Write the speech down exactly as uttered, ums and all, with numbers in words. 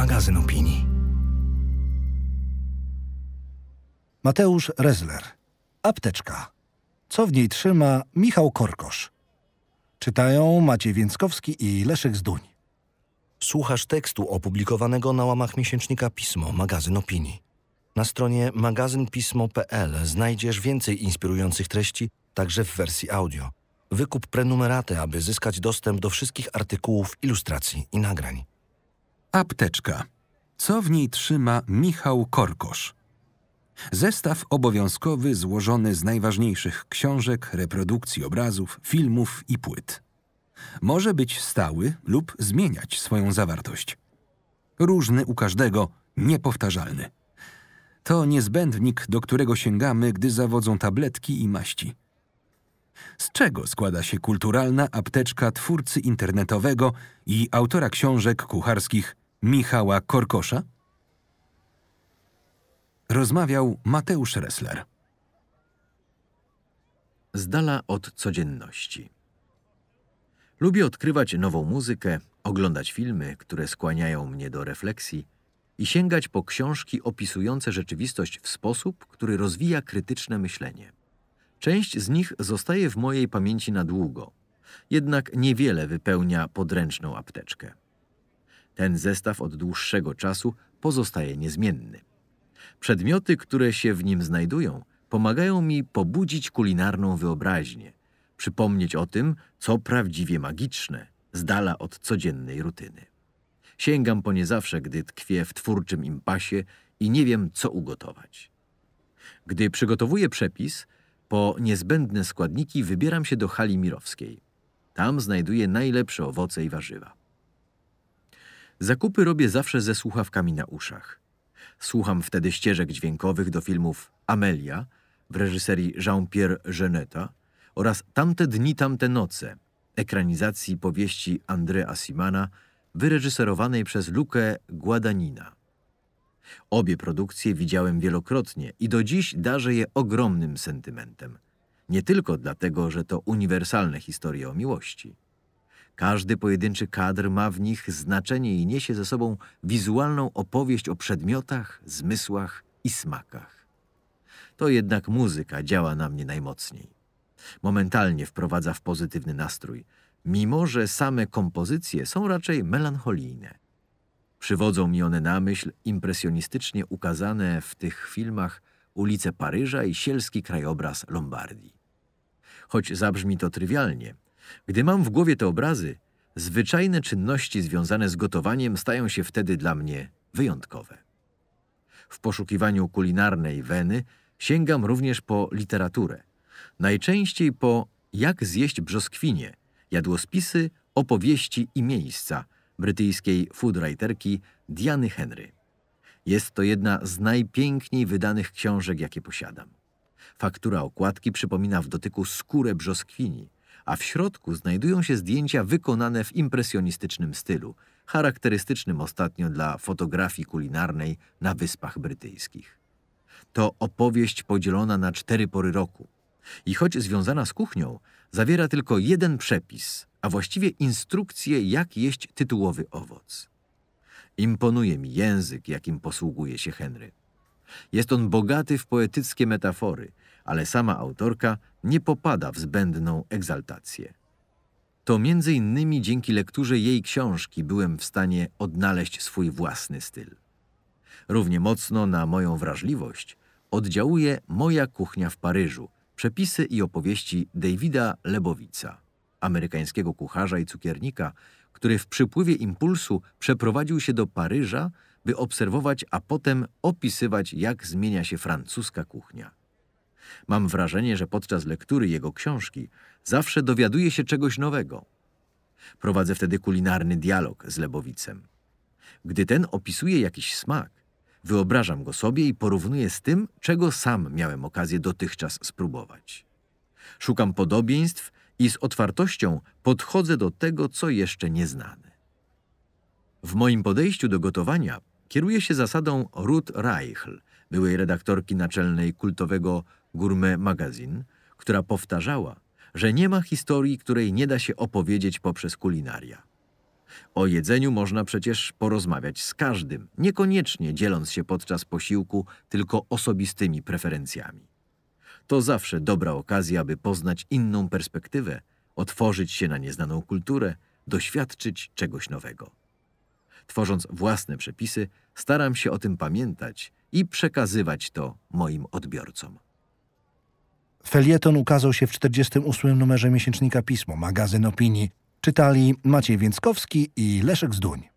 magazyn opinii. Mateusz Ressler. Apteczka. Co w niej trzyma Michał Korkosz. Czytają Maciej Więckowski i Leszek Zduń. Słuchasz tekstu opublikowanego na łamach miesięcznika Pismo, magazyn opinii. Na stronie magazyn pismo kropka p l znajdziesz więcej inspirujących treści, także w wersji audio. Wykup prenumeratę, aby zyskać dostęp do wszystkich artykułów, ilustracji i nagrań. Apteczka. Co w niej trzyma Michał Korkosz? Zestaw obowiązkowy złożony z najważniejszych książek, reprodukcji obrazów, filmów i płyt. Może być stały lub zmieniać swoją zawartość. Różny u każdego, niepowtarzalny. To niezbędnik, do którego sięgamy, gdy zawodzą tabletki i maści. Z czego składa się kulturalna apteczka twórcy internetowego i autora książek kucharskich Michała Korkosza? Rozmawiał Mateusz Ressler. Z dala od codzienności. Lubię odkrywać nową muzykę, oglądać filmy, które skłaniają mnie do refleksji i sięgać po książki opisujące rzeczywistość w sposób, który rozwija krytyczne myślenie. Część z nich zostaje w mojej pamięci na długo, jednak niewiele wypełnia podręczną apteczkę. Ten zestaw od dłuższego czasu pozostaje niezmienny. Przedmioty, które się w nim znajdują, pomagają mi pobudzić kulinarną wyobraźnię, przypomnieć o tym, co prawdziwie magiczne, z dala od codziennej rutyny. Sięgam po nie zawsze, gdy tkwię w twórczym impasie i nie wiem, co ugotować. Gdy przygotowuję przepis, po niezbędne składniki wybieram się do hali mirowskiej. Tam znajduję najlepsze owoce i warzywa. Zakupy robię zawsze ze słuchawkami na uszach. Słucham wtedy ścieżek dźwiękowych do filmów Amelia w reżyserii Jean-Pierre Jeuneta oraz Tamte dni, tamte noce, ekranizacji powieści André Acimmana wyreżyserowanej przez Lukę Guadagnina. Obie produkcje widziałem wielokrotnie i do dziś darzę je ogromnym sentymentem. Nie tylko dlatego, że to uniwersalne historie o miłości. Każdy pojedynczy kadr ma w nich znaczenie i niesie ze sobą wizualną opowieść o przedmiotach, zmysłach i smakach. To jednak muzyka działa na mnie najmocniej. Momentalnie wprowadza w pozytywny nastrój, mimo że same kompozycje są raczej melancholijne. Przywodzą mi one na myśl impresjonistycznie ukazane w tych filmach ulice Paryża i sielski krajobraz Lombardii. Choć zabrzmi to trywialnie, gdy mam w głowie te obrazy, zwyczajne czynności związane z gotowaniem stają się wtedy dla mnie wyjątkowe. W poszukiwaniu kulinarnej weny sięgam również po literaturę. Najczęściej po Jak zjeść brzoskwinię, jadłospisy, opowieści i miejsca brytyjskiej foodwriterki Diany Henry. Jest to jedna z najpiękniej wydanych książek, jakie posiadam. Faktura okładki przypomina w dotyku skórę brzoskwini, a w środku znajdują się zdjęcia wykonane w impresjonistycznym stylu, charakterystycznym ostatnio dla fotografii kulinarnej na Wyspach Brytyjskich. To opowieść podzielona na cztery pory roku i choć związana z kuchnią, zawiera tylko jeden przepis, a właściwie instrukcję, jak jeść tytułowy owoc. Imponuje mi język, jakim posługuje się Henry. Jest on bogaty w poetyckie metafory, ale sama autorka nie popada w zbędną egzaltację. To między innymi dzięki lekturze jej książki byłem w stanie odnaleźć swój własny styl. Równie mocno na moją wrażliwość oddziałuje Moja kuchnia w Paryżu, przepisy i opowieści Davida Lebowica, amerykańskiego kucharza i cukiernika, który w przypływie impulsu przeprowadził się do Paryża, by obserwować, a potem opisywać, jak zmienia się francuska kuchnia. Mam wrażenie, że podczas lektury jego książki zawsze dowiaduję się czegoś nowego. Prowadzę wtedy kulinarny dialog z Lebowicem. Gdy ten opisuje jakiś smak, wyobrażam go sobie i porównuję z tym, czego sam miałem okazję dotychczas spróbować. Szukam podobieństw i z otwartością podchodzę do tego, co jeszcze nieznane. W moim podejściu do gotowania kieruję się zasadą Ruth Reichl, byłej redaktorki naczelnej kultowego Gourmet Magazine, która powtarzała, że nie ma historii, której nie da się opowiedzieć poprzez kulinaria. O jedzeniu można przecież porozmawiać z każdym, niekoniecznie dzieląc się podczas posiłku tylko osobistymi preferencjami. To zawsze dobra okazja, aby poznać inną perspektywę, otworzyć się na nieznaną kulturę, doświadczyć czegoś nowego. Tworząc własne przepisy, staram się o tym pamiętać i przekazywać to moim odbiorcom. Felieton ukazał się w czterdziestym ósmym numerze miesięcznika Pismo, magazyn opinii. Czytali Maciej Więckowski i Leszek Zduń.